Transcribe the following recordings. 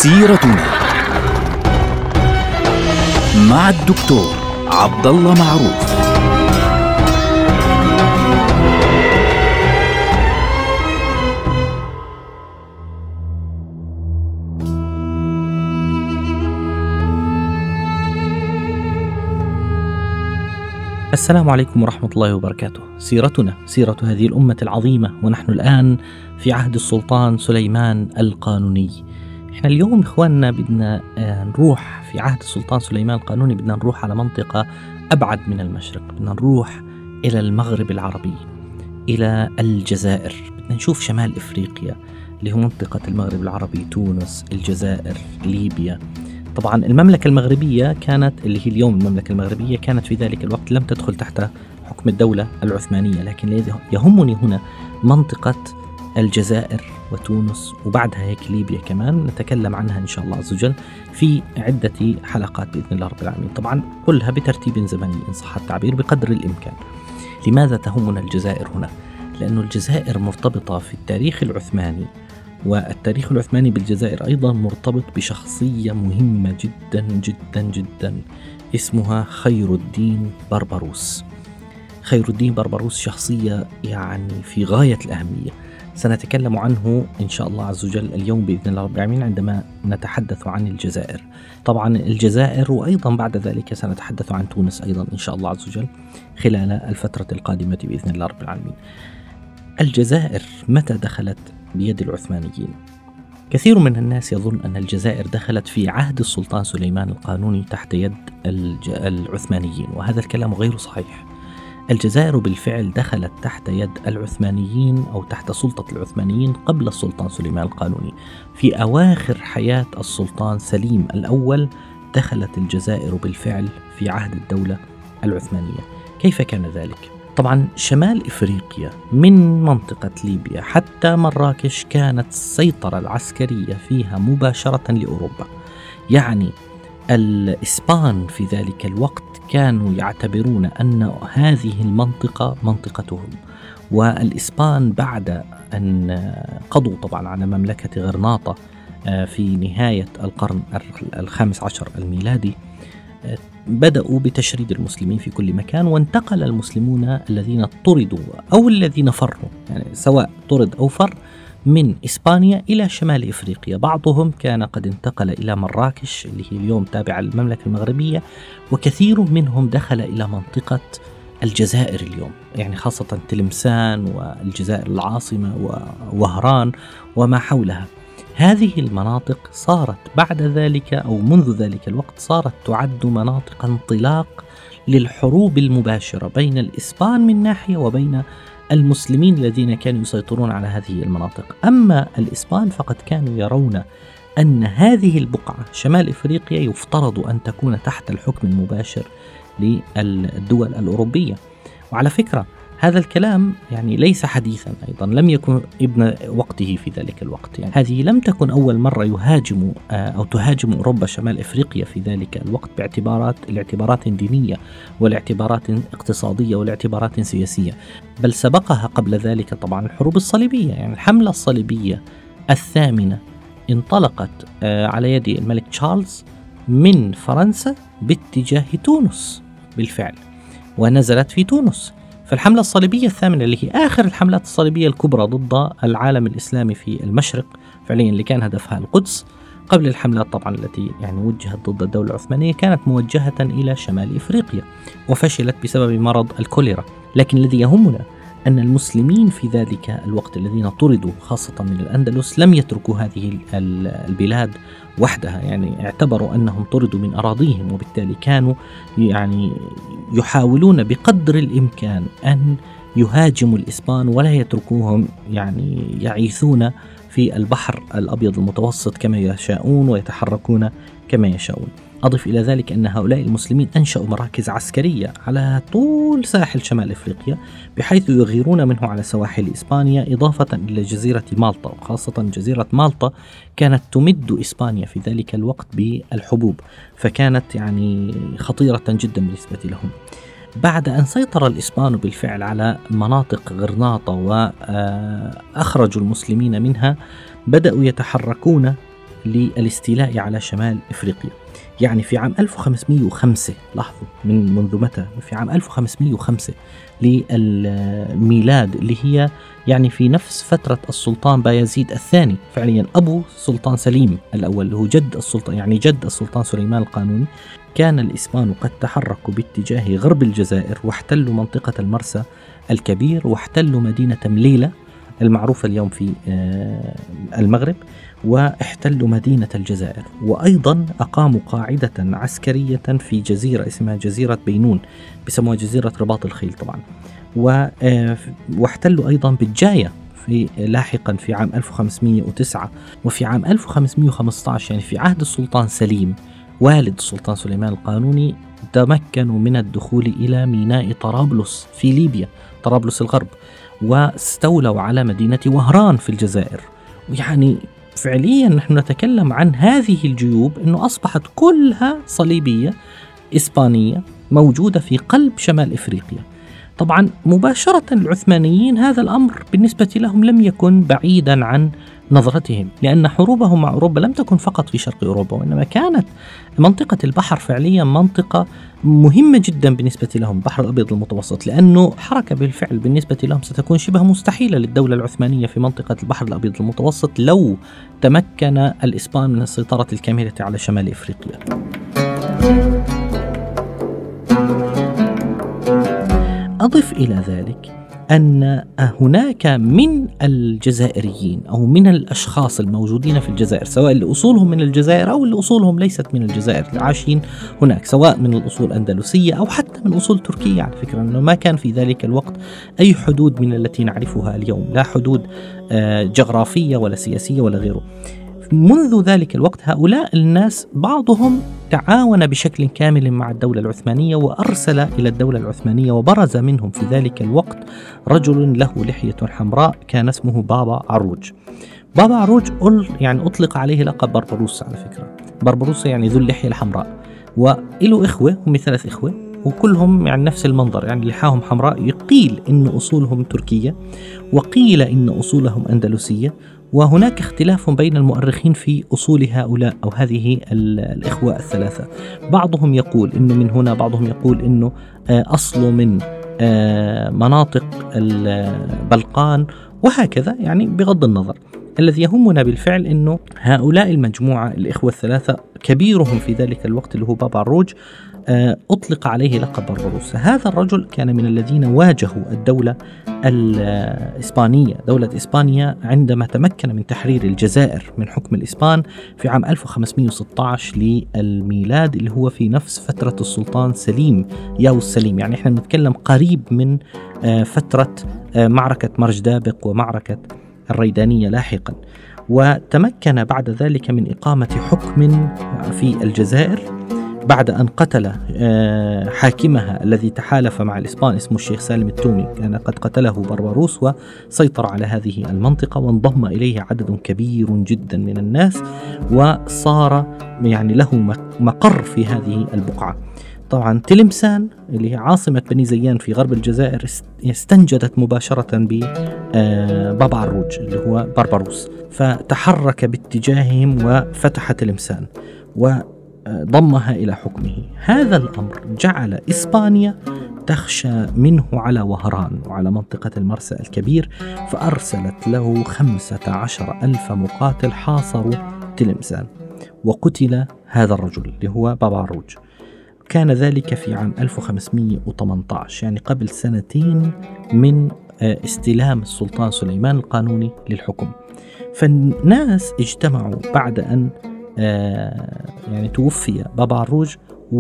سيرتنا مع الدكتور عبد الله معروف. السلام عليكم ورحمة الله وبركاته. سيرتنا سيرة هذه الأمة العظيمة، ونحن الآن في عهد السلطان سليمان القانوني. احنا اليوم إخواننا بدنا نروح في عهد السلطان سليمان القانوني، بدنا نروح على منطقة أبعد من المشرق، بدنا نروح إلى المغرب العربي، إلى الجزائر. بدنا نشوف شمال إفريقيا اللي هو منطقة المغرب العربي، تونس، الجزائر، ليبيا. طبعا المملكة المغربية كانت، اللي هي اليوم المملكة المغربية، كانت في ذلك الوقت لم تدخل تحت حكم الدولة العثمانية، لكن الذي يهمني هنا منطقة الجزائر وتونس، وبعدها هيك ليبيا كمان نتكلم عنها إن شاء الله عز وجل في عدة حلقات بإذن الله رب العالمين. طبعا كلها بترتيب زمني إن صح التعبير بقدر الإمكان. لماذا تهمنا الجزائر هنا؟ لأن الجزائر مرتبطة في التاريخ العثماني، والتاريخ العثماني بالجزائر أيضا مرتبط بشخصية مهمة جدا جدا جدا اسمها خير الدين بربروس. خير الدين بربروس شخصية يعني في غاية الأهمية، سنتكلم عنه إن شاء الله عز وجل اليوم بإذن الله رب العالمين عندما نتحدث عن الجزائر. طبعا الجزائر، وأيضا بعد ذلك سنتحدث عن تونس أيضا إن شاء الله عز وجل خلال الفترة القادمة بإذن الله رب العالمين. الجزائر متى دخلت بيد العثمانيين؟ كثير من الناس يظن أن الجزائر دخلت في عهد السلطان سليمان القانوني تحت يد العثمانيين، وهذا الكلام غير صحيح. الجزائر بالفعل دخلت تحت يد العثمانيين أو تحت سلطة العثمانيين قبل السلطان سليمان القانوني. في أواخر حياة السلطان سليم الأول دخلت الجزائر بالفعل في عهد الدولة العثمانية. كيف كان ذلك؟ طبعا شمال إفريقيا من منطقة ليبيا حتى مراكش كانت السيطرة العسكرية فيها مباشرة لأوروبا. يعني الإسبان في ذلك الوقت كانوا يعتبرون أن هذه المنطقة منطقتهم، والإسبان بعد أن قضوا طبعا على مملكة غرناطة في نهاية القرن الخامس عشر الميلادي بدأوا بتشريد المسلمين في كل مكان، وانتقل المسلمون الذين طردوا أو الذين فروا، يعني سواء طرد أو فر، من إسبانيا إلى شمال إفريقيا. بعضهم كان قد انتقل إلى مراكش اللي هي اليوم تابعة للمملكة المغربية، وكثير منهم دخل إلى منطقة الجزائر اليوم، يعني خاصة تلمسان والجزائر العاصمة ووهران وما حولها. هذه المناطق صارت بعد ذلك أو منذ ذلك الوقت صارت تعد مناطق انطلاق للحروب المباشرة بين الإسبان من ناحية وبين المسلمين الذين كانوا يسيطرون على هذه المناطق. أما الإسبان فقد كانوا يرون أن هذه البقعة شمال إفريقيا يفترض أن تكون تحت الحكم المباشر للدول الأوروبية. وعلى فكرة هذا الكلام يعني ليس حديثا، أيضا لم يكن ابن وقته في ذلك الوقت. يعني هذه لم تكن أول مرة يهاجم أو تهاجم أوروبا شمال إفريقيا في ذلك الوقت بالاعتبارات دينية والاعتبارات اقتصادية والاعتبارات سياسية، بل سبقها قبل ذلك طبعا الحروب الصليبية. يعني الحملة الصليبية الثامنة انطلقت على يد الملك تشارلز من فرنسا باتجاه تونس بالفعل، ونزلت في تونس. فالحملة الصليبية الثامنة اللي هي آخر الحملات الصليبية الكبرى ضد العالم الإسلامي في المشرق فعليا، اللي كان هدفها القدس، قبل الحملات طبعا التي يعني وجهت ضد الدولة العثمانية، كانت موجهة إلى شمال إفريقيا وفشلت بسبب مرض الكوليرا. لكن الذي يهمنا أن المسلمين في ذلك الوقت الذين طردوا خاصة من الأندلس لم يتركوا هذه البلاد وحدها، يعني اعتبروا أنهم طردوا من أراضيهم، وبالتالي كانوا يعني يحاولون بقدر الإمكان أن يهاجموا الإسبان ولا يتركوهم يعني يعيثون في البحر الأبيض المتوسط كما يشاءون ويتحركون كما يشاءون. أضف إلى ذلك أن هؤلاء المسلمين أنشأوا مراكز عسكرية على طول ساحل شمال إفريقيا، بحيث يغيرون منه على سواحل إسبانيا، إضافة إلى جزيرة مالطا. وخاصة جزيرة مالطا كانت تمد إسبانيا في ذلك الوقت بالحبوب، فكانت يعني خطيرة جدا بالنسبة لهم. بعد أن سيطر الإسبان بالفعل على مناطق غرناطة وأخرجوا المسلمين منها، بدأوا يتحركون للاستيلاء على شمال إفريقيا. يعني في عام 1505، لاحظوا منذ متى، في عام 1505 للميلاد، اللي هي يعني في نفس فترة السلطان بايزيد الثاني، فعليا أبو سلطان سليم الأول اللي هو جد السلطان، يعني جد السلطان سليمان القانوني. كان الإسبان قد تحركوا باتجاه غرب الجزائر واحتلوا منطقة المرسى الكبير، واحتلوا مدينة مليلة المعروفة اليوم في المغرب، واحتلوا مدينة الجزائر، وأيضا أقاموا قاعدة عسكرية في جزيرة اسمها جزيرة بينون، بسموها جزيرة رباط الخيل طبعا. واحتلوا أيضا بجاية لاحقا في عام 1509. وفي عام 1515 يعني في عهد السلطان سليم والد السلطان سليمان القانوني تمكنوا من الدخول إلى ميناء طرابلس في ليبيا، طرابلس الغرب، واستولوا على مدينة وهران في الجزائر. ويعني فعليا نحن نتكلم عن هذه الجيوب أنه أصبحت كلها صليبية إسبانية موجودة في قلب شمال إفريقيا. طبعا مباشرة العثمانيين هذا الأمر بالنسبة لهم لم يكن بعيدا عن نظرتهم، لأن حروبهم مع أوروبا لم تكن فقط في شرق أوروبا، وإنما كانت منطقة البحر فعليا منطقة مهمة جدا بالنسبة لهم، البحر الأبيض المتوسط، لأنه حركة بالفعل بالنسبة لهم ستكون شبه مستحيلة للدولة العثمانية في منطقة البحر الأبيض المتوسط لو تمكن الإسبان من السيطرة الكاملة على شمال إفريقيا. أضف إلى ذلك أن هناك من الجزائريين أو من الأشخاص الموجودين في الجزائر، سواء اللي أصولهم من الجزائر أو اللي أصولهم ليست من الجزائر، عايشين هناك سواء من الأصول الأندلسية أو حتى من أصول تركية. على فكرة أنه ما كان في ذلك الوقت أي حدود من التي نعرفها اليوم، لا حدود جغرافية ولا سياسية ولا غيره. منذ ذلك الوقت هؤلاء الناس بعضهم تعاون بشكل كامل مع الدولة العثمانية وأرسل إلى الدولة العثمانية، وبرز منهم في ذلك الوقت رجل له لحية حمراء كان اسمه بابا عروج. بابا عروج يعني أطلق عليه لقب بربروس. على فكرة بربروس يعني ذو اللحية الحمراء، وله إخوة، هم 3 إخوة وكلهم يعني نفس المنظر، يعني لحاهم حمراء. يقيل إن أصولهم تركية، وقيل إن أصولهم أندلسية، وهناك اختلاف بين المؤرخين في أصول هؤلاء أو هذه الإخوة ال3. بعضهم يقول إنه من هنا، بعضهم يقول إنه أصله من مناطق البلقان، وهكذا. يعني بغض النظر، الذي يهمنا بالفعل إنه هؤلاء المجموعة الإخوة ال3 كبيرهم في ذلك الوقت اللي هو بابا عروج أطلق عليه لقب بربروس. هذا الرجل كان من الذين واجهوا الدولة الإسبانية، دولة إسبانيا، عندما تمكن من تحرير الجزائر من حكم الإسبان في عام 1516 للميلاد، اللي هو في نفس فترة السلطان سليم ياو السليم. يعني احنا نتكلم قريب من فترة معركة مرج دابق ومعركة الريدانية لاحقا. وتمكن بعد ذلك من إقامة حكم في الجزائر بعد أن قتل حاكمها الذي تحالف مع الإسبان اسمه الشيخ سالم التومي. كان قد قتله بربروس وسيطر على هذه المنطقة، وانضم إليه عدد كبير جدا من الناس، وصار يعني له مقر في هذه البقعة. طبعا تلمسان اللي هي عاصمة بني زيان في غرب الجزائر استنجدت مباشرة ببابا عروج اللي هو بربروس، فتحرك باتجاههم وفتح تلمسان وضمها إلى حكمه. هذا الأمر جعل إسبانيا تخشى منه على وهران وعلى منطقة المرسى الكبير، فأرسلت له 15,000 مقاتل حاصروا تلمسان، وقتل هذا الرجل اللي هو بابا عروج. كان ذلك في عام 1518، يعني قبل 2 سنين من استلام السلطان سليمان القانوني للحكم. فالناس اجتمعوا بعد أن يعني توفي بابا عروج،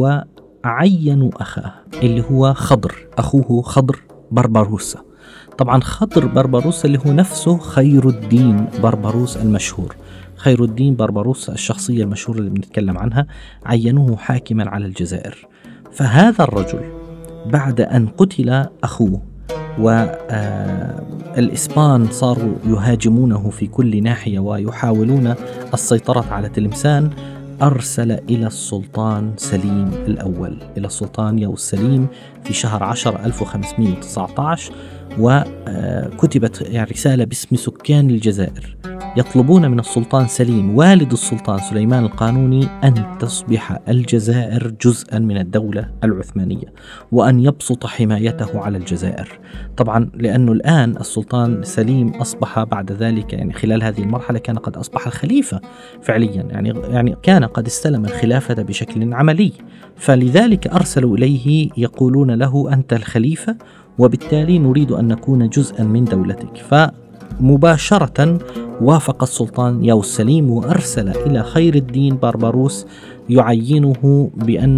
وعينوا أخاه اللي هو خضر، أخوه خضر بربروسا. طبعا خضر بربروسا اللي هو نفسه خير الدين بربروس المشهور، خير الدين بربروس الشخصية المشهورة اللي بنتكلم عنها، عينوه حاكما على الجزائر. فهذا الرجل بعد أن قتل أخوه والإسبان صاروا يهاجمونه في كل ناحية ويحاولون السيطرة على تلمسان، أرسل إلى السلطان سليم الأول، إلى السلطان ياو السليم في شهر 10 1519، وكتبت يعني رسالة باسم سكان الجزائر، يطلبون من السلطان سليم والد السلطان سليمان القانوني أن تصبح الجزائر جزءا من الدولة العثمانية، وأن يبسط حمايته على الجزائر. طبعا لأنه الآن السلطان سليم أصبح بعد ذلك، يعني خلال هذه المرحلة كان قد أصبح الخليفة فعليا، يعني كان قد استلم الخلافة بشكل عملي، فلذلك أرسلوا إليه يقولون له أنت الخليفة، وبالتالي نريد أن نكون جزءا من دولتك. فمباشرة وافق السلطان ياوس سليم وأرسل إلى خير الدين بربروس يعينه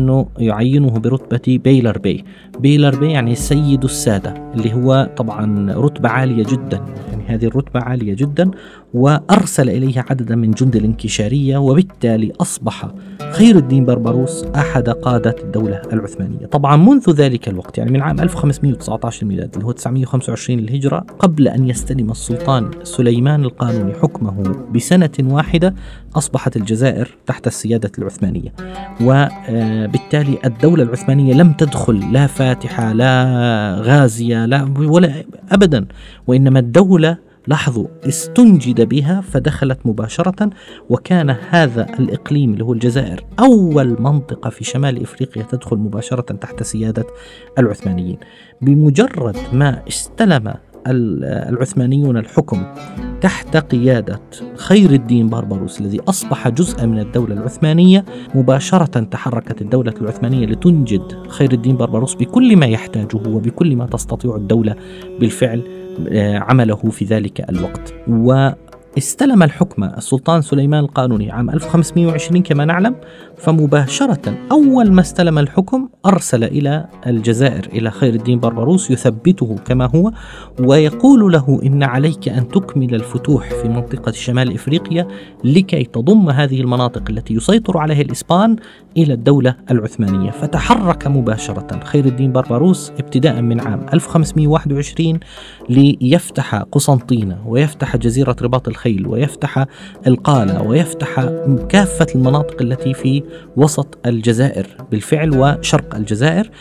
برتبة بيلر بي. بيلر بي يعني سيد السادة، اللي هو طبعا رتبة عالية جدا، يعني هذه الرتبة عالية جدا، وأرسل إليه عددا من جند الانكشارية، وبالتالي أصبح خير الدين بربروس أحد قادة الدولة العثمانية. طبعا منذ ذلك الوقت، يعني من عام 1519 الميلاد اللي هو 925 الهجرة، قبل أن يستلم السلطان سليمان القانوني حكمه بسنة واحدة، أصبحت الجزائر تحت السيادة العثمانية، وبالتالي الدولة العثمانية لم تدخل لا فاتحة لا غازية لا ولا أبدا، وإنما الدولة لاحظوا استنجد بها فدخلت مباشرة. وكان هذا الإقليم اللي هو الجزائر أول منطقة في شمال إفريقيا تدخل مباشرة تحت سيادة العثمانيين. بمجرد ما استلم العثمانيون الحكم تحت قيادة خير الدين بربروس الذي أصبح جزءا من الدولة العثمانية، مباشرة تحركت الدولة العثمانية لتنجد خير الدين بربروس بكل ما يحتاجه وبكل ما تستطيع الدولة بالفعل عمله في ذلك الوقت. واستلم الحكم السلطان سليمان القانوني عام 1520 كما نعلم، فمباشرة أول ما استلم الحكم أرسل إلى الجزائر إلى خير الدين بربروس يثبته كما هو، ويقول له إن عليك أن تكمل الفتوح في منطقة شمال إفريقيا لكي تضم هذه المناطق التي يسيطر عليها الإسبان إلى الدولة العثمانية. فتحرك مباشرة خير الدين بربروس ابتداء من عام 1521 ليفتح قسنطينة، ويفتح جزيرة رباط الخيل، ويفتح القالة، ويفتح كافة المناطق التي في وسط الجزائر بالفعل وشرق الجزائر.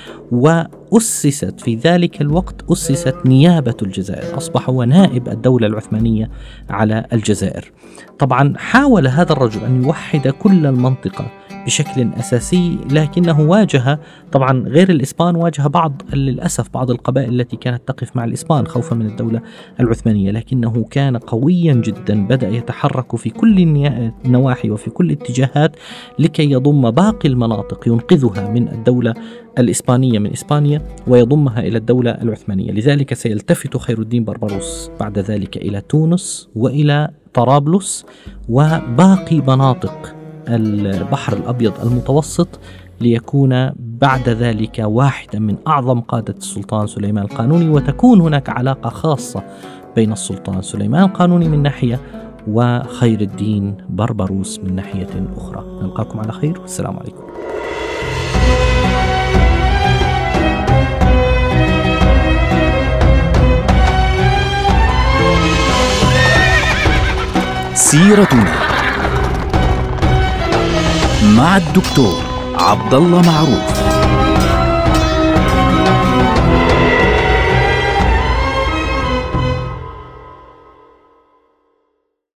وأسست في ذلك الوقت نيابة الجزائر، أصبح هو نائب الدولة العثمانية على الجزائر. طبعا حاول هذا الرجل أن يوحد كل المنطقة بشكل أساسي، لكنه واجه طبعا غير الإسبان، واجه للأسف بعض القبائل التي كانت تقف مع الإسبان خوفا من الدولة العثمانية، لكنه كان قويا جدا، بدأ يتحرك في كل النواحي وفي كل الاتجاهات لكي يضم باقي المناطق، ينقذها من الدولة الإسبانية من إسبانيا ويضمها إلى الدولة العثمانية. لذلك سيلتفت خير الدين بربروس بعد ذلك إلى تونس وإلى طرابلس وباقي مناطق البحر الأبيض المتوسط، ليكون بعد ذلك واحدا من أعظم قادة السلطان سليمان القانوني، وتكون هناك علاقة خاصة بين السلطان سليمان القانوني من ناحية وخير الدين بربروس من ناحية أخرى. نلقاكم على خير، والسلام عليكم. سيرتنا مع الدكتور عبد الله معروف.